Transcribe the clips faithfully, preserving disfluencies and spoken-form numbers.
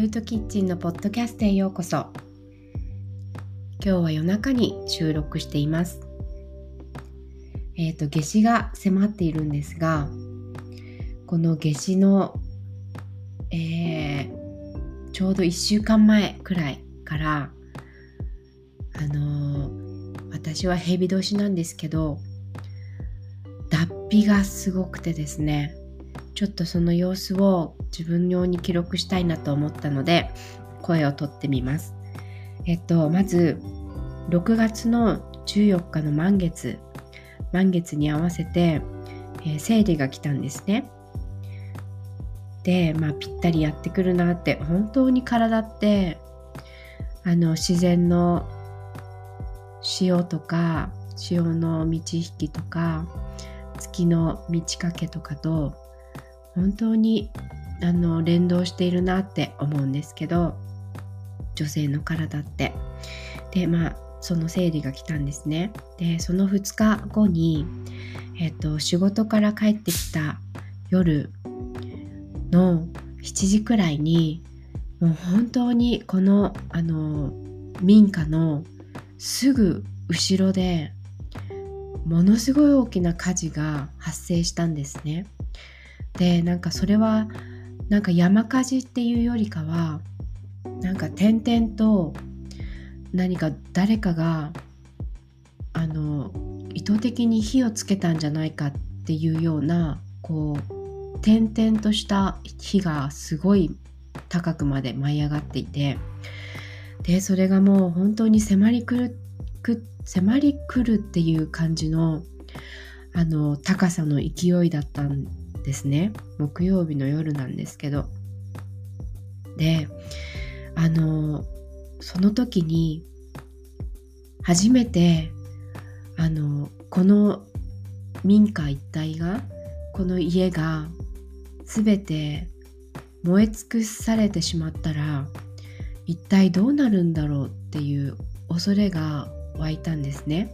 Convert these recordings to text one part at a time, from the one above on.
ルトキッチンのポッドキャストへようこそ。今日は夜中に収録しています。えっと夏至が迫っているんですが、この夏至の、えー、ちょうどいっしゅうかんまえくらいからあのー、私は蛇年なんですけど、脱皮がすごくてですね、ちょっとその様子を自分用に記録したいなと思ったので声をとってみます。えっとまずろくがつのじゅうよっかの満月満月に合わせて、えー、生理が来たんですね。で、まあぴったりやってくるなって、本当に体ってあの自然の潮とか潮の満ち引きとか月の満ち欠けとかと本当にあの連動しているなって思うんですけど、女性の体ってで、まあその生理が来たんですね。でそのふつかごに、えっと、仕事から帰ってきた夜のしちじくらいに、もう本当にこのあの民家のすぐ後ろでものすごい大きな火事が発生したんですね。でなんかそれはなんか山火事っていうよりかは、なんか点々と何か誰かがあの意図的に火をつけたんじゃないかっていうような、こう点々とした火がすごい高くまで舞い上がっていて、でそれがもう本当に迫りくるく迫りくるっていう感じのあの高さの勢いだったんですね。木曜日の夜なんですけど、であのその時に初めてあのこの民家一帯が、この家が全て燃え尽くされてしまったら一体どうなるんだろうっていう恐れが湧いたんですね。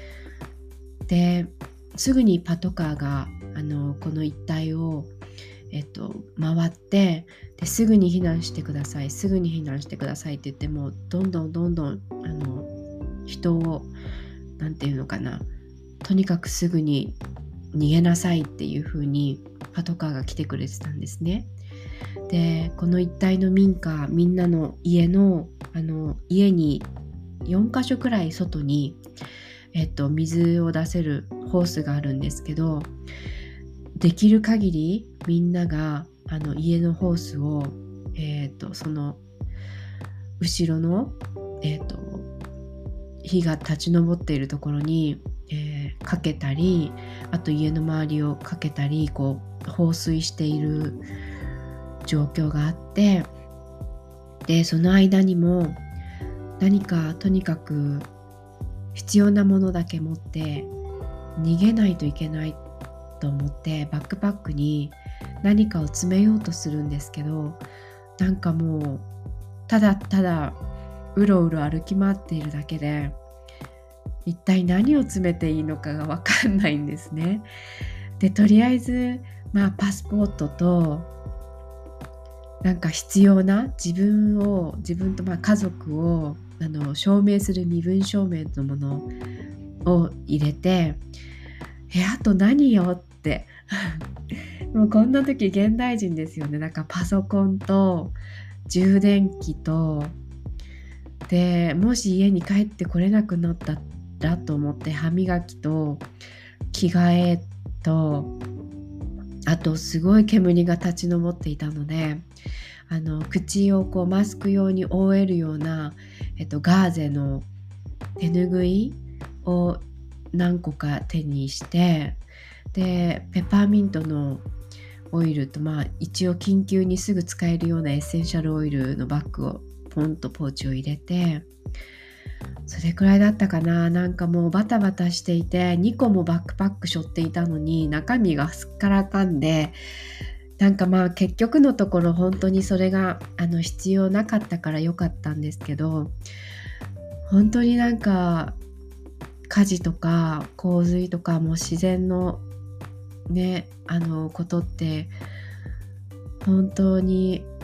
ですぐにパトカーがあのこの一帯を、えっと、回って、ですぐに避難してくださいすぐに避難してくださいって言って、もうどんどんどんどんあの人をなんていうのかな、とにかくすぐに逃げなさいっていう風にパトカーが来てくれてたんですね。でこの一帯の民家みんなの家のあの家によんかしょくらい外に、えっと、水を出せるホースがあるんですけど、できる限りみんながあの家のホースを、えっと、その後ろの、えっと、火が立ち上っているところに、えー、かけたり、あと家の周りをかけたり、こう放水している状況があって、でその間にも何かとにかく必要なものだけ持って逃げないといけないと思って、バックパックに何かを詰めようとするんですけど、なんかもうただただうろうろ歩き回っているだけで一体何を詰めていいのかが分かんないんですね。でとりあえず、まあ、パスポートとなんか必要な自分を自分とまあ家族をあの証明する身分証明のものを入れて、えあと何よってもうこんな時現代人ですよね。なんかパソコンと充電器と、でもし家に帰ってこれなくなったらと思って歯磨きと着替えと、あとすごい煙が立ち上っていたので、あの口をこうマスク用に覆えるような、えっと、ガーゼの手ぬぐいを何個か手にして、でペパーミントのオイルと、まあ一応緊急にすぐ使えるようなエッセンシャルオイルのバッグをポンとポーチを入れて、それくらいだったかな。なんかもうバタバタしていて、にこもバックパック背負っていたのに中身がすっからかんで、なんかまあ結局のところ本当にそれがあの必要なかったから良かったんですけど、本当になんか火事とか洪水とかも自然のねあのことって本当に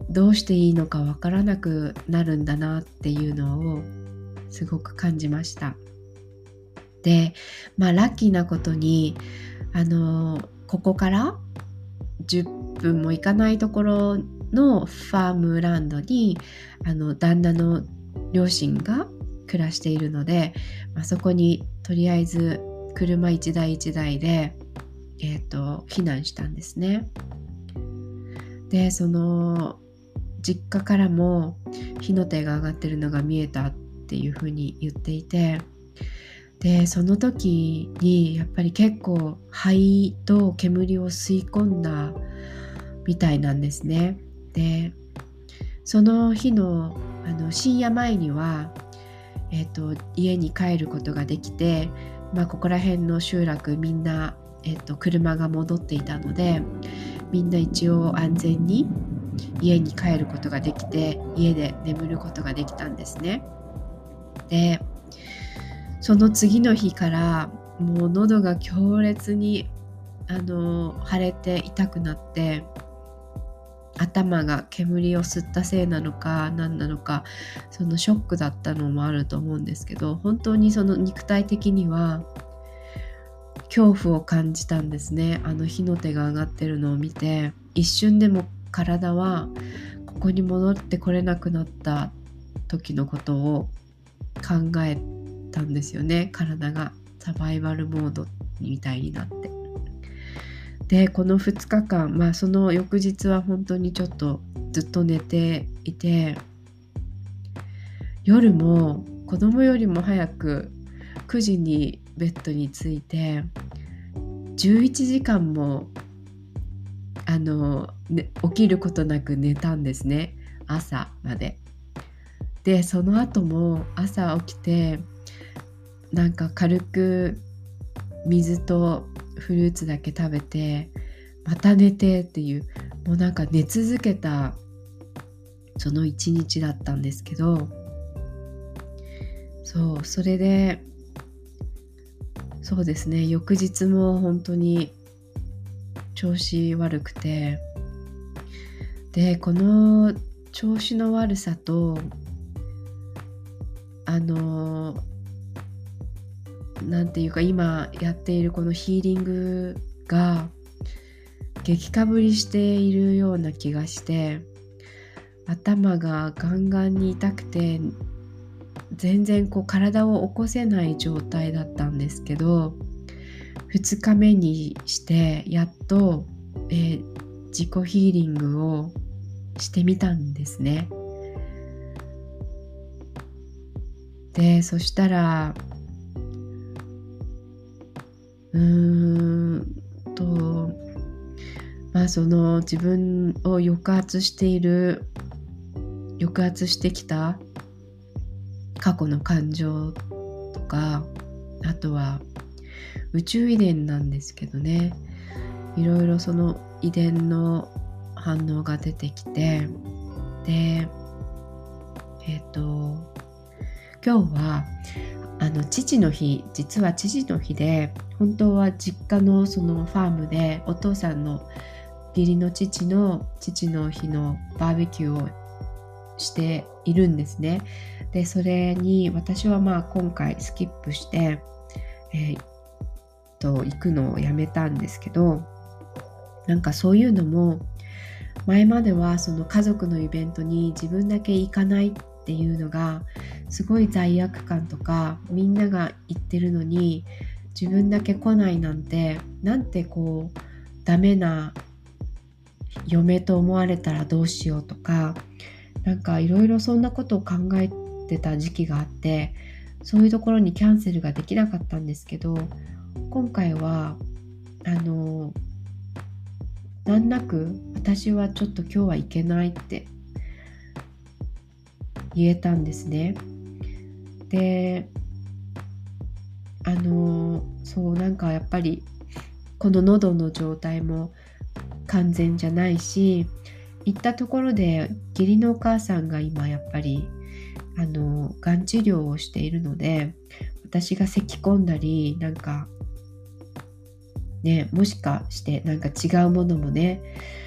どうしていいのかわからなくなるんだなっていうのをすごく感じました。で、まあラッキーなことにあのここからじゅっぷんも行かないところのファームランドにあの旦那の両親が暮らしているので、まあ、そこにとりあえず車一台一台で、えーと、避難したんですね。で、その実家からも火の手が上がってるのが見えたっていうふうに言っていて、でその時にやっぱり結構灰と煙を吸い込んだみたいなんですね。でその日の、あの深夜前には、えーと、家に帰ることができて、まあ、ここら辺の集落みんな、えーと、車が戻っていたので、みんな一応安全に家に帰ることができて、家で眠ることができたんですね。でその次の日からもう喉が強烈にあの腫れて痛くなって、頭が煙を吸ったせいなのか何なのか、そのショックだったのもあると思うんですけど、本当にその肉体的には恐怖を感じたんですね。あの火の手が上がってるのを見て、一瞬でも体はここに戻ってこれなくなった時のことを考えたんですよね。体がサバイバルモードみたいになって、でこのふつかかん、まあその翌日は本当にちょっとずっと寝ていて、夜も子供よりも早くくじにベッドに着いてじゅういちじかんもあの、ね、起きることなく寝たんですね、朝まで。でその後も朝起きてなんか軽く水とフルーツだけ食べてまた寝てっていう、もうなんか寝続けたその一日だったんですけど、そうそれでそうですね、翌日も本当に調子悪くて、でこの調子の悪さとあのなんていうか今やっているこのヒーリングが激かぶりしているような気がして、頭がガンガンに痛くて全然こう体を起こせない状態だったんですけど、ふつかめにしてやっと、えー自己ヒーリングをしてみたんですね。でそしたらうーんとまあその自分を抑圧している抑圧してきた過去の感情とか、あとは宇宙遺伝なんですけどね、いろいろその遺伝の反応が出てきて、でえっと今日はあの父の日、実は父の日で、本当は実家のそのファームでお父さんの義理の父の父の日のバーベキューをしているんですね。でそれに私はまあ今回スキップして、えー、と行くのをやめたんですけど、なんかそういうのも前まではその家族のイベントに自分だけ行かないっていうのがすごい罪悪感とか、みんなが行ってるのに自分だけ来ないなんて、なんてこうダメな嫁と思われたらどうしようとか、なんかいろいろそんなことを考えてた時期があって、そういうところにキャンセルができなかったんですけど、今回はあの難なく私はちょっと今日は行けないって言えたんですね。であのそうなんかやっぱりこの喉の状態も完全じゃないし、行ったところで義理のお母さんが今やっぱりあのがん治療をしているので、私が咳き込んだりなんかね、もしかしてなんか違うものもね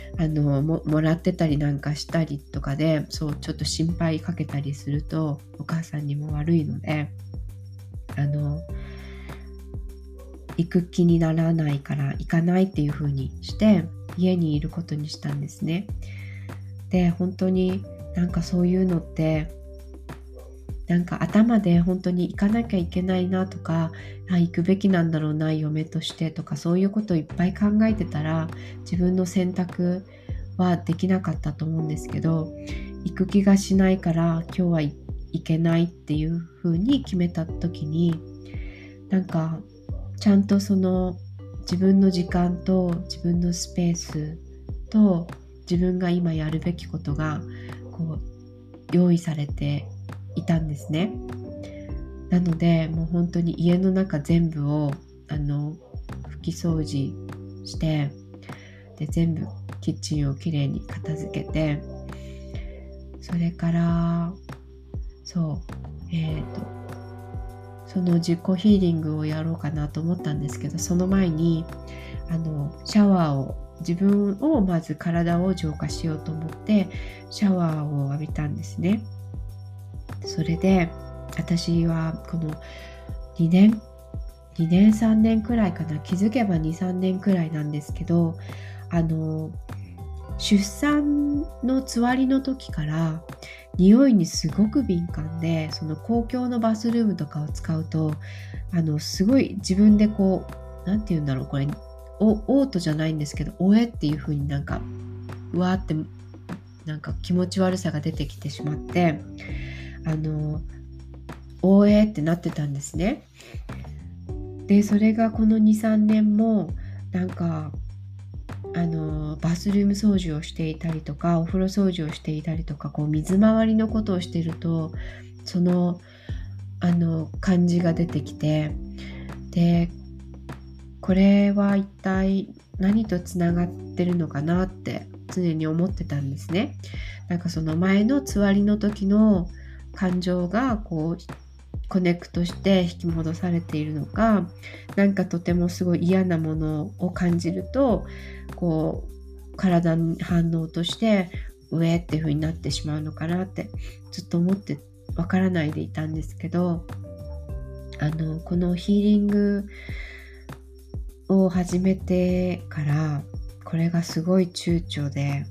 あの も, もらってたりなんかしたりとかで、そうちょっと心配かけたりするとお母さんにも悪いので、あの行く気にならないから行かないっていう風にして家にいることにしたんですね。で、本当になんかそういうのってなんか頭で本当に行かなきゃいけないなとか、あ、行くべきなんだろうな嫁としてとか、そういうことをいっぱい考えてたら自分の選択はできなかったと思うんですけど、行く気がしないから今日は行けないっていう風に決めた時に、なんかちゃんとその自分の時間と自分のスペースと自分が今やるべきことがこう用意されていたんですね。なのでもう本当に家の中全部をあの拭き掃除して、で全部キッチンをきれいに片付けて、それからそうえっとその自己ヒーリングをやろうかなと思ったんですけど、その前にあのシャワーを自分をまず体を浄化しようと思ってシャワーを浴びたんですね。それで私はこのにねんにねんさんねんくらいかな、気づけばにさんねんくらいなんですけど、あの出産のつわりの時から匂いにすごく敏感で、その公共のバスルームとかを使うとあのすごい自分でこうなんて言うんだろう、これお嘔吐じゃないんですけど、おえっていう風になんかうわーってなんか気持ち悪さが出てきてしまって、あのおえってなってたんですね。でそれがこのにさんねんもなんかあのバスルーム掃除をしていたりとかお風呂掃除をしていたりとか、こう水回りのことをしているとそのあの感じが出てきて、でこれは一体何とつながってるのかなって常に思ってたんですね。なんかその前のつわりの時の感情がこうコネクトして引き戻されているのか、なんかとてもすごい嫌なものを感じるとこう体に反応としてうえっていう風になってしまうのかなってずっと思ってわからないでいたんですけど、あのこのヒーリングを始めてからこれがすごい躊躇で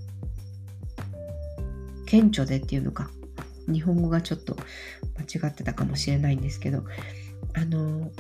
顕著でっていうのか、日本語がちょっと間違ってたかもしれないんですけど、あの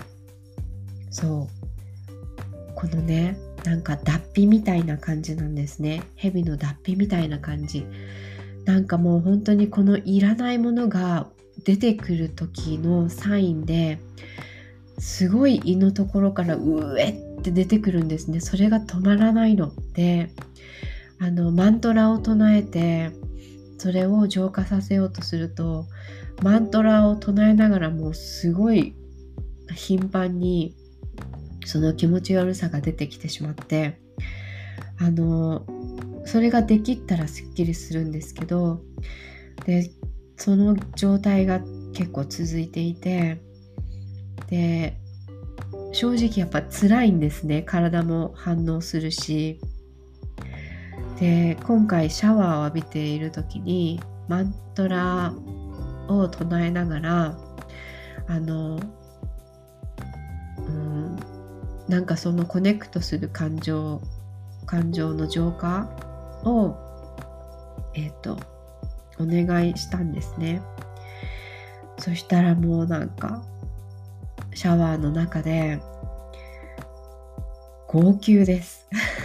そうこのねなんか脱皮みたいな感じなんですね。蛇の脱皮みたいな感じ、なんかもう本当にこのいらないものが出てくる時のサインで、すごい胃のところからうえって出てくるんですね。それが止まらないので、あのマントラを唱えてそれを浄化させようとすると、マントラを唱えながらもすごい頻繁にその気持ち悪さが出てきてしまって、あのそれができたらすっきりするんですけど、でその状態が結構続いていて、で正直やっぱ辛いんですね。体も反応するし、で今回シャワーを浴びている時にマントラを唱えながらあの、うん、なんかそのコネクトする感情感情の浄化をえっとお願いしたんですね。そしたらもうなんかシャワーの中で号泣です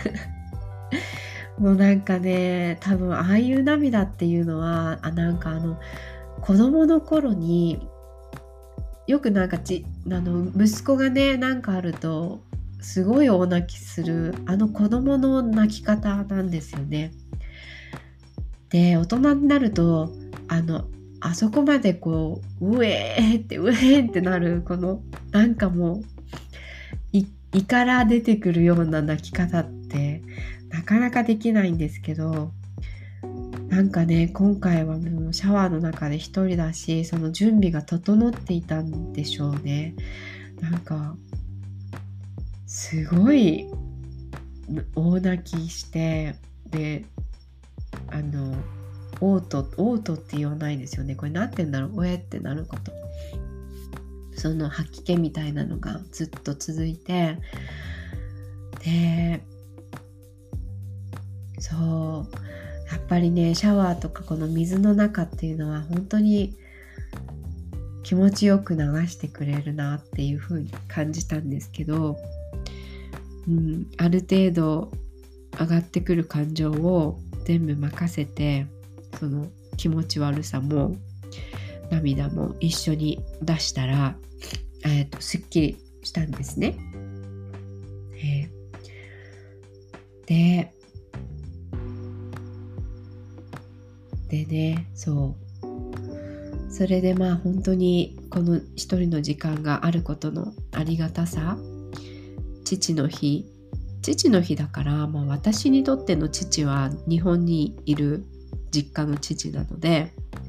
もうなんかね、多分ああいう涙っていうのはあなんかあの子供の頃によくなんかちあの息子がねなんかあるとすごい大泣きするあの子供の泣き方なんですよね。で大人になるとあのあそこまでこううえーってうえーってなるこのなんかもうい胃から出てくるような泣き方ってなかなかできないんですけど、なんかね今回はもうシャワーの中で一人だし、その準備が整っていたんでしょうね。なんかすごい大泣きして、 であの嘔吐嘔吐って言わないですよね。これなんて言うんだろう、おえってなること、その吐き気みたいなのがずっと続いて、でそうやっぱりね、シャワーとかこの水の中っていうのは本当に気持ちよく流してくれるなっていう風に感じたんですけど、うん、ある程度上がってくる感情を全部任せて、その気持ち悪さも涙も一緒に出したら、えーと、すっきりしたんですね。えー、ででねそうそれでまあ本当にこの一人の時間があることのありがたさ、父の日父の日だから、まあ、私にとっての父は日本にいる実家の父なので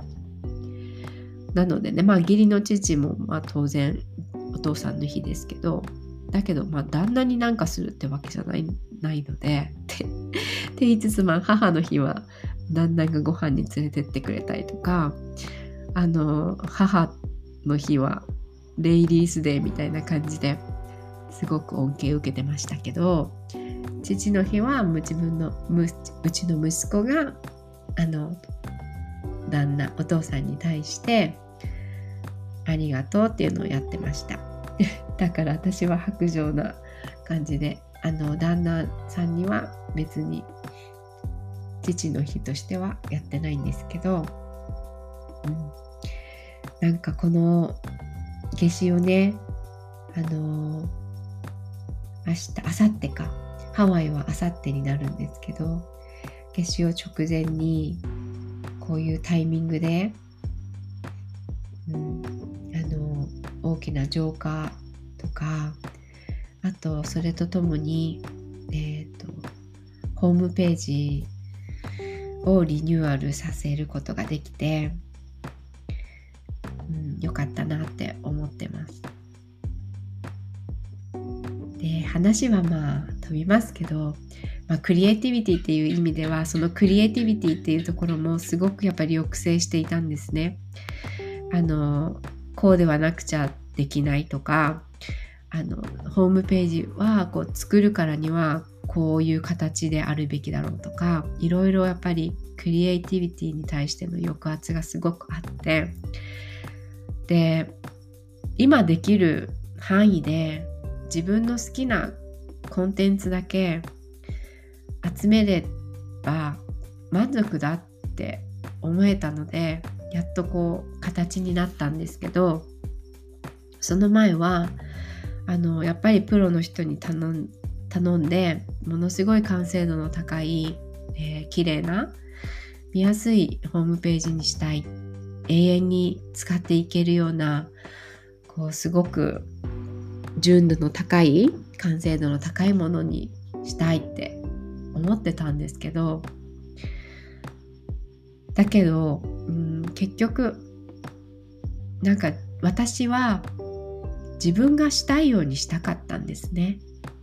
なのでね、まあ義理の父もまあ当然お父さんの日ですけど、だけどまあ旦那になんかするってわけじゃないないのでって言いつつ、まあ母の日は旦那がご飯に連れてってくれたりとか、あの母の日はレイリースデーみたいな感じですごく恩恵を受けてましたけど、父の日はもう自分のむうちの息子があの旦那お父さんに対してありがとうっていうのをやってましただから私は薄情な感じで、あの旦那さんには別に父の日としてはやってないんですけど、うん、なんかこの夏至をね、あの明日明後日か、ハワイは明後日になるんですけど、夏至を直前にこういうタイミングで、うん、あの大きな浄化とか、あとそれとともに、えーと、ホームページをリニューアルさせることができて、うん、よかったなって思ってます。で、話はまあ飛びますけど、まあ、クリエイティビティっていう意味では、そのクリエイティビティっていうところもすごくやっぱり抑制していたんですね。あのこうではなくちゃできないとか、あのホームページはこう作るからにはこういう形であるべきだろうとか、いろいろやっぱりクリエイティビティに対しての抑圧がすごくあって、で今できる範囲で自分の好きなコンテンツだけ集めれば満足だって思えたので、やっとこう形になったんですけど、その前はあのやっぱりプロの人に頼ん頼んで、ものすごい完成度の高い、えー、綺麗な見やすいホームページにしたい、永遠に使っていけるような、こうすごく純度の高い、完成度の高いものにしたいって思ってたんですけど、だけど、うん、結局なんか私は自分がしたいようにしたかったんですね。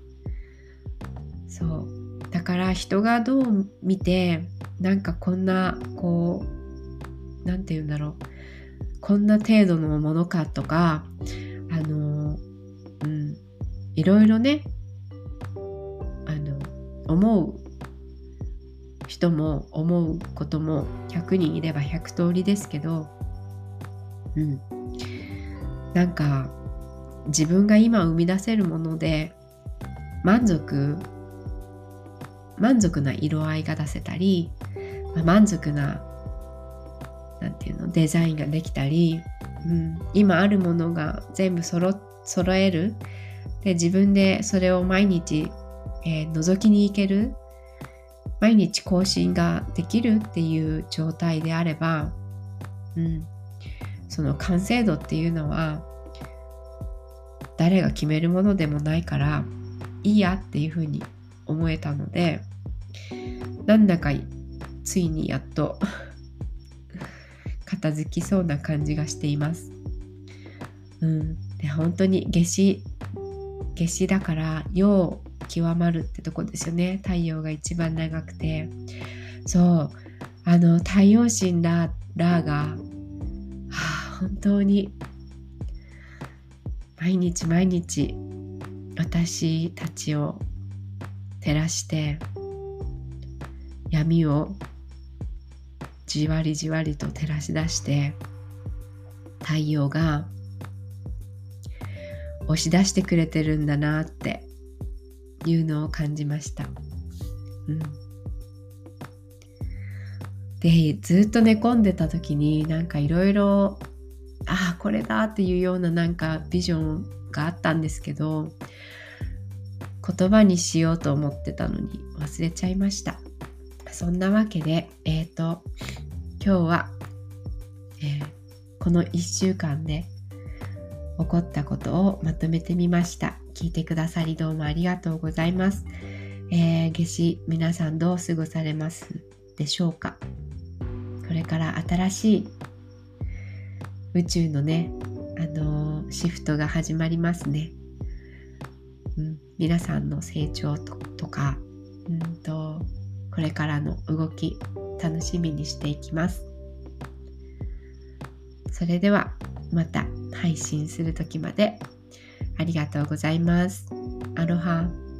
そうだから人がどう見て、なんかこんなこうなんて言うんだろう、こんな程度のものかとか、あのうんいろいろね、あの思う人も思うこともひゃくにんいればひゃく通りですけど、うんなんか自分が今生み出せるもので満足満足な色合いが出せたり、まあ、満足ななんていうのデザインができたり、うん、今あるものが全部そろ揃えるで、自分でそれを毎日、えー、覗きに行ける、毎日更新ができるっていう状態であれば、うん、その完成度っていうのは誰が決めるものでもないからいいやっていうふうに思えたので、なんだかついにやっと片付きそうな感じがしています。うん、で本当に夏至夏至だから要極まるってとこですよね。太陽が一番長くて、そうあの太陽神ラーが、はあ、本当に毎日毎日私たちを照らして闇をじわりじわりと照らし出して、太陽が押し出してくれてるんだなっていうのを感じました。うん、でずっと寝込んでた時になんかいろいろああこれだっていうようななんかビジョンがあったんですけど、言葉にしようと思ってたのに忘れちゃいました。そんなわけでえっと今日は、えー、このいっしゅうかんで起こったことをまとめてみました。聞いてくださりどうもありがとうございます。えー、夏至皆さんどう過ごされますでしょうか。これから新しい宇宙のね、あのー、シフトが始まりますね。うん、皆さんの成長 と, とか、うんと、これからの動き楽しみにしていきます。それではまた配信する時までありがとうございます。アロハ。